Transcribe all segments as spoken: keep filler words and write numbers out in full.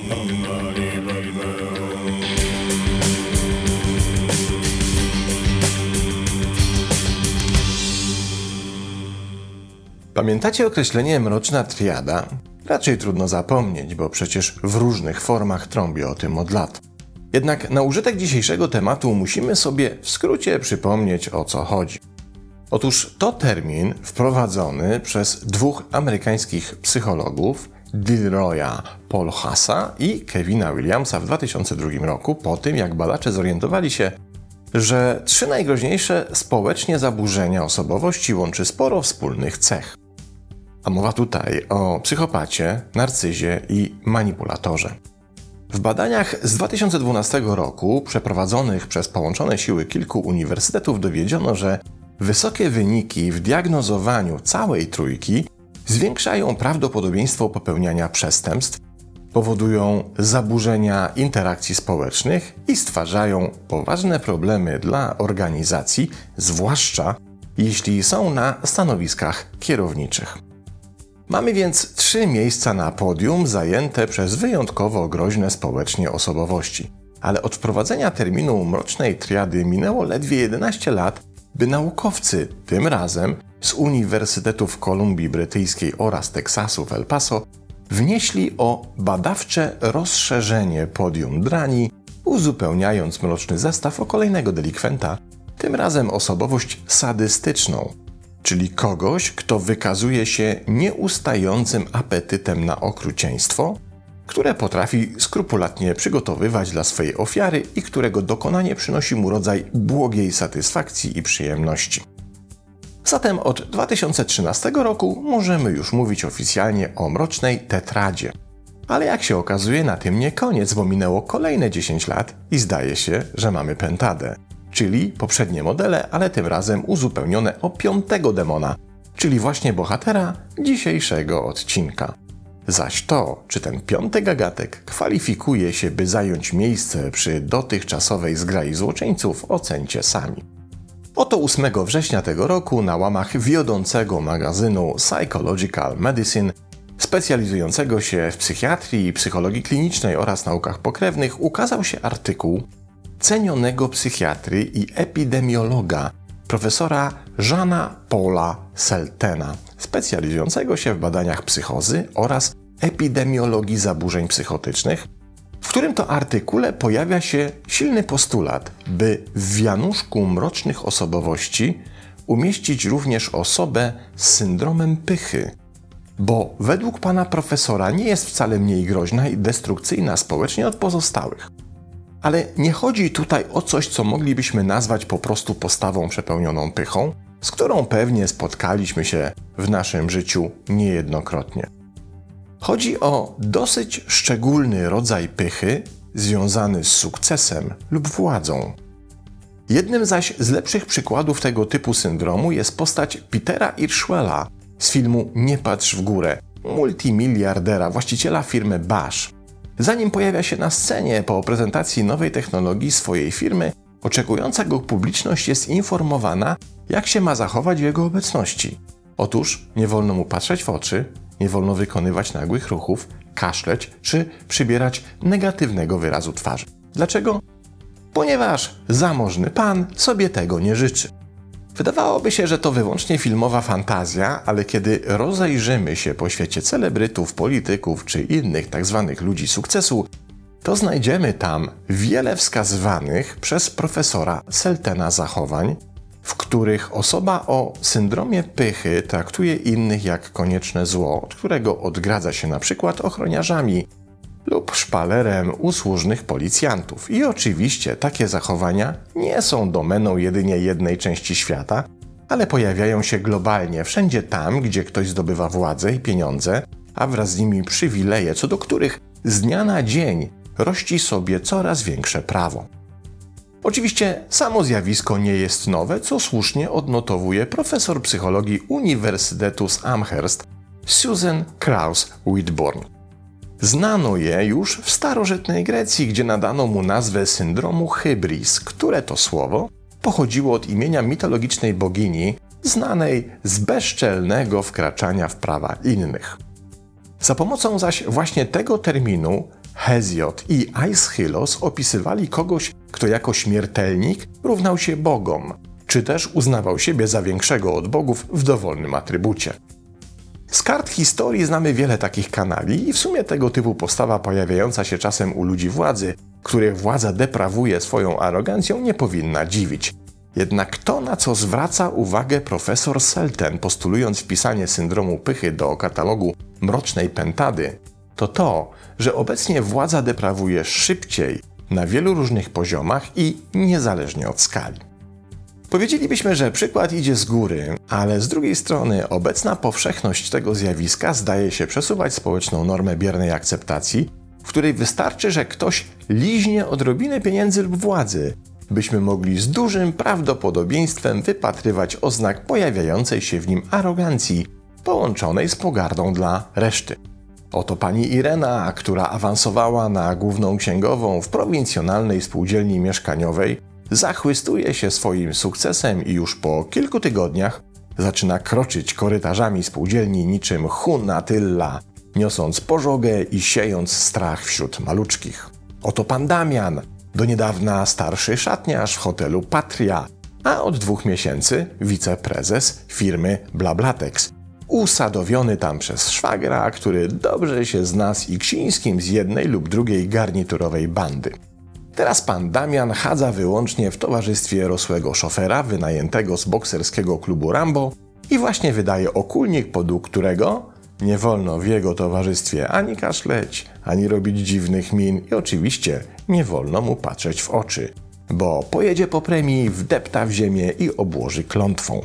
Pamiętacie określenie mroczna triada? Raczej trudno zapomnieć, bo przecież w różnych formach trąbię o tym od lat. Jednak na użytek dzisiejszego tematu musimy sobie w skrócie przypomnieć, o co chodzi. Otóż to termin wprowadzony przez dwóch amerykańskich psychologów, Dilroya Polhasa i Kevina Williamsa w dwa tysiące drugim roku, po tym jak badacze zorientowali się, że trzy najgroźniejsze społecznie zaburzenia osobowości łączy sporo wspólnych cech. A mowa tutaj o psychopacie, narcyzie i manipulatorze. W badaniach z dwa tysiące dwunastego roku, przeprowadzonych przez połączone siły kilku uniwersytetów, dowiedziono, że wysokie wyniki w diagnozowaniu całej trójki zwiększają prawdopodobieństwo popełniania przestępstw, powodują zaburzenia interakcji społecznych i stwarzają poważne problemy dla organizacji, zwłaszcza jeśli są na stanowiskach kierowniczych. Mamy więc trzy miejsca na podium zajęte przez wyjątkowo groźne społecznie osobowości. Ale od wprowadzenia terminu mrocznej triady minęło ledwie jedenaście lat, by naukowcy, tym razem z Uniwersytetów Kolumbii Brytyjskiej oraz Teksasu w El Paso, wnieśli o badawcze rozszerzenie podium drani, uzupełniając mroczny zestaw o kolejnego delikwenta, tym razem osobowość sadystyczną, czyli kogoś, kto wykazuje się nieustającym apetytem na okrucieństwo, które potrafi skrupulatnie przygotowywać dla swojej ofiary i którego dokonanie przynosi mu rodzaj błogiej satysfakcji i przyjemności. Zatem od dwa tysiące trzynastego roku możemy już mówić oficjalnie o mrocznej tetradzie. Ale jak się okazuje, na tym nie koniec, bo minęło kolejne dziesięć lat i zdaje się, że mamy pentadę, czyli poprzednie modele, ale tym razem uzupełnione o piątego demona, czyli właśnie bohatera dzisiejszego odcinka. Zaś to, czy ten piąty gagatek kwalifikuje się, by zająć miejsce przy dotychczasowej zgrai złoczyńców, ocencie sami. Oto ósmego września tego roku na łamach wiodącego magazynu Psychological Medicine, specjalizującego się w psychiatrii, psychologii klinicznej oraz naukach pokrewnych, ukazał się artykuł cenionego psychiatry i epidemiologa, profesora Jeana Paula Seltena, specjalizującego się w badaniach psychozy oraz epidemiologii zaburzeń psychotycznych, w którym to artykule pojawia się silny postulat, by w wianuszku mrocznych osobowości umieścić również osobę z syndromem pychy, bo według pana profesora nie jest wcale mniej groźna i destrukcyjna społecznie od pozostałych. Ale nie chodzi tutaj o coś, co moglibyśmy nazwać po prostu postawą przepełnioną pychą, z którą pewnie spotkaliśmy się w naszym życiu niejednokrotnie. Chodzi o dosyć szczególny rodzaj pychy związany z sukcesem lub władzą. Jednym zaś z lepszych przykładów tego typu syndromu jest postać Petera Hirschfella z filmu Nie patrz w górę, multimiliardera, właściciela firmy Bosch. Zanim pojawia się na scenie po prezentacji nowej technologii swojej firmy, oczekująca go publiczność jest informowana, jak się ma zachować w jego obecności. Otóż nie wolno mu patrzeć w oczy, nie wolno wykonywać nagłych ruchów, kaszleć czy przybierać negatywnego wyrazu twarzy. Dlaczego? Ponieważ zamożny pan sobie tego nie życzy. Wydawałoby się, że to wyłącznie filmowa fantazja, ale kiedy rozejrzymy się po świecie celebrytów, polityków czy innych tzw. ludzi sukcesu, to znajdziemy tam wiele wskazywanych przez profesora Seltena zachowań, w których osoba o syndromie pychy traktuje innych jak konieczne zło, od którego odgradza się na przykład ochroniarzami lub szpalerem usłużnych policjantów. I oczywiście takie zachowania nie są domeną jedynie jednej części świata, ale pojawiają się globalnie wszędzie tam, gdzie ktoś zdobywa władzę i pieniądze, a wraz z nimi przywileje, co do których z dnia na dzień rości sobie coraz większe prawo. Oczywiście samo zjawisko nie jest nowe, co słusznie odnotowuje profesor psychologii Uniwersytetu z Amherst Susan Kraus-Whitbourne. Znano je już w starożytnej Grecji, gdzie nadano mu nazwę syndromu hybris, które to słowo pochodziło od imienia mitologicznej bogini znanej z bezczelnego wkraczania w prawa innych. Za pomocą zaś właśnie tego terminu Hezjod i Aeschylos opisywali kogoś, kto jako śmiertelnik równał się bogom, czy też uznawał siebie za większego od bogów w dowolnym atrybucie. Z kart historii znamy wiele takich kanali i w sumie tego typu postawa pojawiająca się czasem u ludzi władzy, których władza deprawuje swoją arogancją, nie powinna dziwić. Jednak to, na co zwraca uwagę profesor Selten, postulując wpisanie syndromu pychy do katalogu Mrocznej Pentady, to to, że obecnie władza deprawuje szybciej, na wielu różnych poziomach i niezależnie od skali. Powiedzielibyśmy, że przykład idzie z góry, ale z drugiej strony obecna powszechność tego zjawiska zdaje się przesuwać społeczną normę biernej akceptacji, w której wystarczy, że ktoś liźnie odrobinę pieniędzy lub władzy, byśmy mogli z dużym prawdopodobieństwem wypatrywać oznak pojawiającej się w nim arogancji, połączonej z pogardą dla reszty. Oto pani Irena, która awansowała na główną księgową w prowincjonalnej spółdzielni mieszkaniowej, zachwystuje się swoim sukcesem i już po kilku tygodniach zaczyna kroczyć korytarzami spółdzielni niczym Hun Attila, niosąc pożogę i siejąc strach wśród maluczkich. Oto pan Damian, do niedawna starszy szatniarz w hotelu Patria, a od dwóch miesięcy wiceprezes firmy Blablatex, usadowiony tam przez szwagra, który dobrze się zna z Iksińskim z jednej lub drugiej garniturowej bandy. Teraz pan Damian chadza wyłącznie w towarzystwie rosłego szofera wynajętego z bokserskiego klubu Rambo i właśnie wydaje okulnik, podług którego nie wolno w jego towarzystwie ani kaszleć, ani robić dziwnych min i oczywiście nie wolno mu patrzeć w oczy, bo pojedzie po premii, wdepta w ziemię i obłoży klątwą.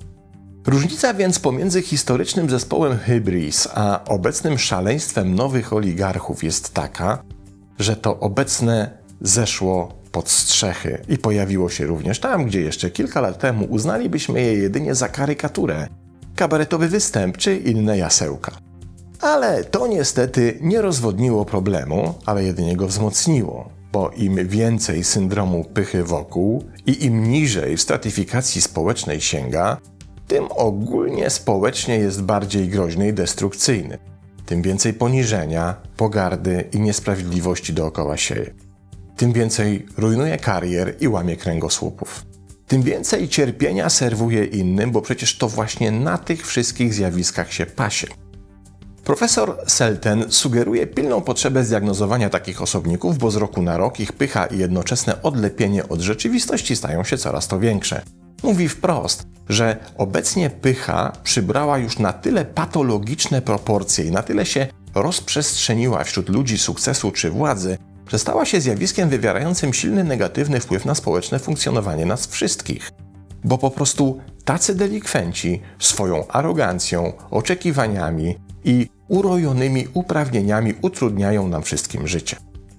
Różnica więc pomiędzy historycznym zespołem Hybris a obecnym szaleństwem nowych oligarchów jest taka, że to obecne zeszło pod strzechy i pojawiło się również tam, gdzie jeszcze kilka lat temu uznalibyśmy je jedynie za karykaturę, kabaretowy występ czy inne jasełka. Ale to niestety nie rozwodniło problemu, ale jedynie go wzmocniło, bo im więcej syndromu pychy wokół i im niżej w stratyfikacji społecznej sięga, tym ogólnie społecznie jest bardziej groźny i destrukcyjny. Tym więcej poniżenia, pogardy i niesprawiedliwości dookoła sieje. Tym więcej rujnuje karier i łamie kręgosłupów. Tym więcej cierpienia serwuje innym, bo przecież to właśnie na tych wszystkich zjawiskach się pasie. Profesor Selten sugeruje pilną potrzebę zdiagnozowania takich osobników, bo z roku na rok ich pycha i jednoczesne odlepienie od rzeczywistości stają się coraz to większe. Mówi wprost, że obecnie pycha przybrała już na tyle patologiczne proporcje i na tyle się rozprzestrzeniła wśród ludzi sukcesu czy władzy, że stała się zjawiskiem wywierającym silny negatywny wpływ na społeczne funkcjonowanie nas wszystkich. Bo po prostu tacy delikwenci swoją arogancją, oczekiwaniami i urojonymi uprawnieniami utrudniają nam wszystkim życie.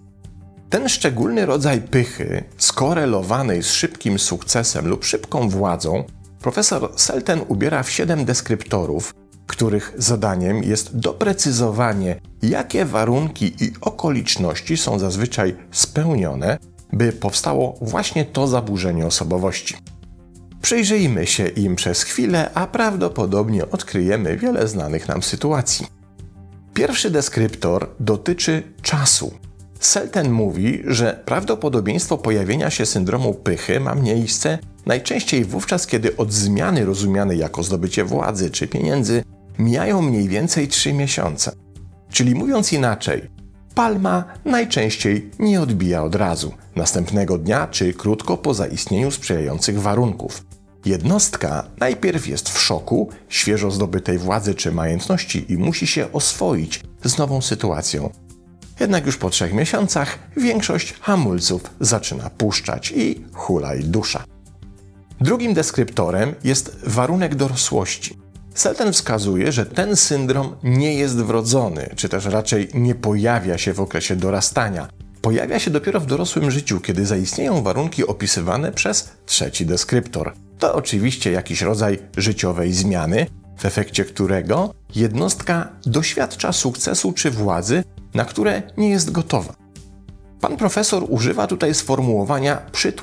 Ten szczególny rodzaj pychy, skorelowanej z szybkim sukcesem lub szybką władzą, profesor Selten ubiera w siedem deskryptorów, których zadaniem jest doprecyzowanie, jakie warunki i okoliczności są zazwyczaj spełnione, by powstało właśnie to zaburzenie osobowości. Przyjrzyjmy się im przez chwilę, a prawdopodobnie odkryjemy wiele znanych nam sytuacji. Pierwszy deskryptor dotyczy czasu. Selten mówi, że prawdopodobieństwo pojawienia się syndromu pychy ma miejsce najczęściej wówczas, kiedy od zmiany rozumianej jako zdobycie władzy czy pieniędzy mijają mniej więcej trzy miesiące. Czyli mówiąc inaczej, palma najczęściej nie odbija od razu, następnego dnia czy krótko po zaistnieniu sprzyjających warunków. Jednostka najpierw jest w szoku świeżo zdobytej władzy czy majątności i musi się oswoić z nową sytuacją. Jednak już po trzech miesiącach większość hamulców zaczyna puszczać i hulaj dusza. Drugim deskryptorem jest warunek dorosłości. Selten wskazuje, że ten syndrom nie jest wrodzony, czy też raczej nie pojawia się w okresie dorastania. Pojawia się dopiero w dorosłym życiu, kiedy zaistnieją warunki opisywane przez trzeci deskryptor. To oczywiście jakiś rodzaj życiowej zmiany, w efekcie którego jednostka doświadcza sukcesu czy władzy, na które nie jest gotowa. Pan profesor używa tutaj sformułowania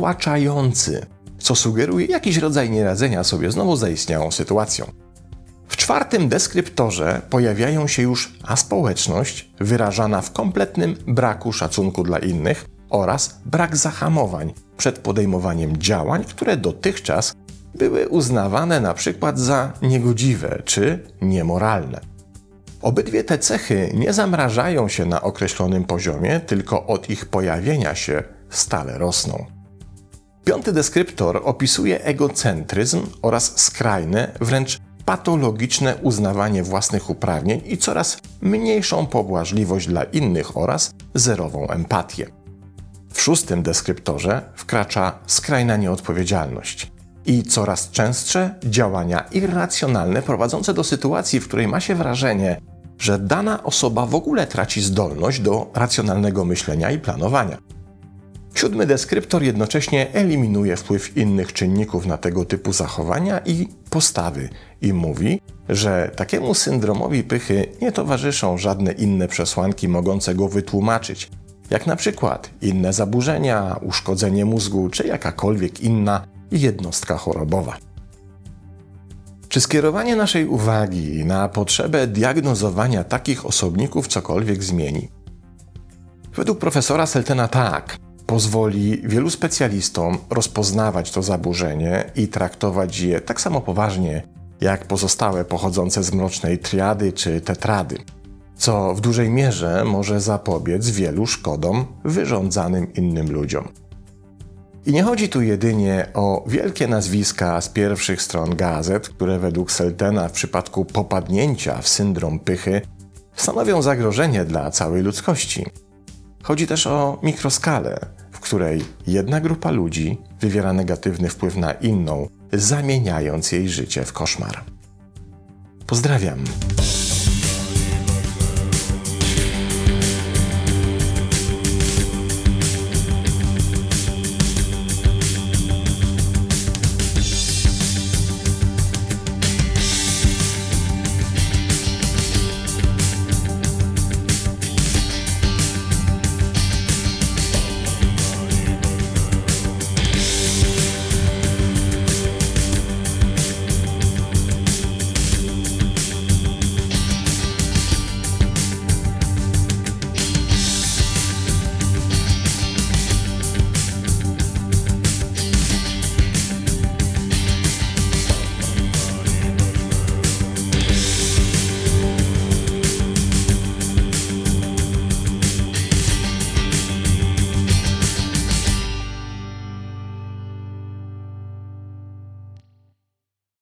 przytłaczający, co sugeruje jakiś rodzaj nieradzenia sobie z nowo zaistniałą sytuacją. W W czwartym deskryptorze pojawiają się już aspołeczność, wyrażana w kompletnym braku szacunku dla innych oraz brak zahamowań przed podejmowaniem działań, które dotychczas były uznawane na przykład za niegodziwe czy niemoralne. Obydwie te cechy nie zamrażają się na określonym poziomie, tylko od ich pojawienia się stale rosną. Piąty deskryptor opisuje egocentryzm oraz skrajne, wręcz patologiczne uznawanie własnych uprawnień i coraz mniejszą pobłażliwość dla innych oraz zerową empatię. W szóstym deskryptorze wkracza skrajna nieodpowiedzialność i coraz częstsze działania irracjonalne prowadzące do sytuacji, w której ma się wrażenie, że dana osoba w ogóle traci zdolność do racjonalnego myślenia i planowania. Siódmy deskryptor jednocześnie eliminuje wpływ innych czynników na tego typu zachowania i postawy i mówi, że takiemu syndromowi pychy nie towarzyszą żadne inne przesłanki mogące go wytłumaczyć, jak na przykład inne zaburzenia, uszkodzenie mózgu czy jakakolwiek inna jednostka chorobowa. Czy skierowanie naszej uwagi na potrzebę diagnozowania takich osobników cokolwiek zmieni? Według profesora Seltena tak. Pozwoli wielu specjalistom rozpoznawać to zaburzenie i traktować je tak samo poważnie jak pozostałe pochodzące z mrocznej triady czy tetrady, co w dużej mierze może zapobiec wielu szkodom wyrządzanym innym ludziom. I nie chodzi tu jedynie o wielkie nazwiska z pierwszych stron gazet, które według Seltena w przypadku popadnięcia w syndrom pychy stanowią zagrożenie dla całej ludzkości. Chodzi też o mikroskalę, w której jedna grupa ludzi wywiera negatywny wpływ na inną, zamieniając jej życie w koszmar. Pozdrawiam.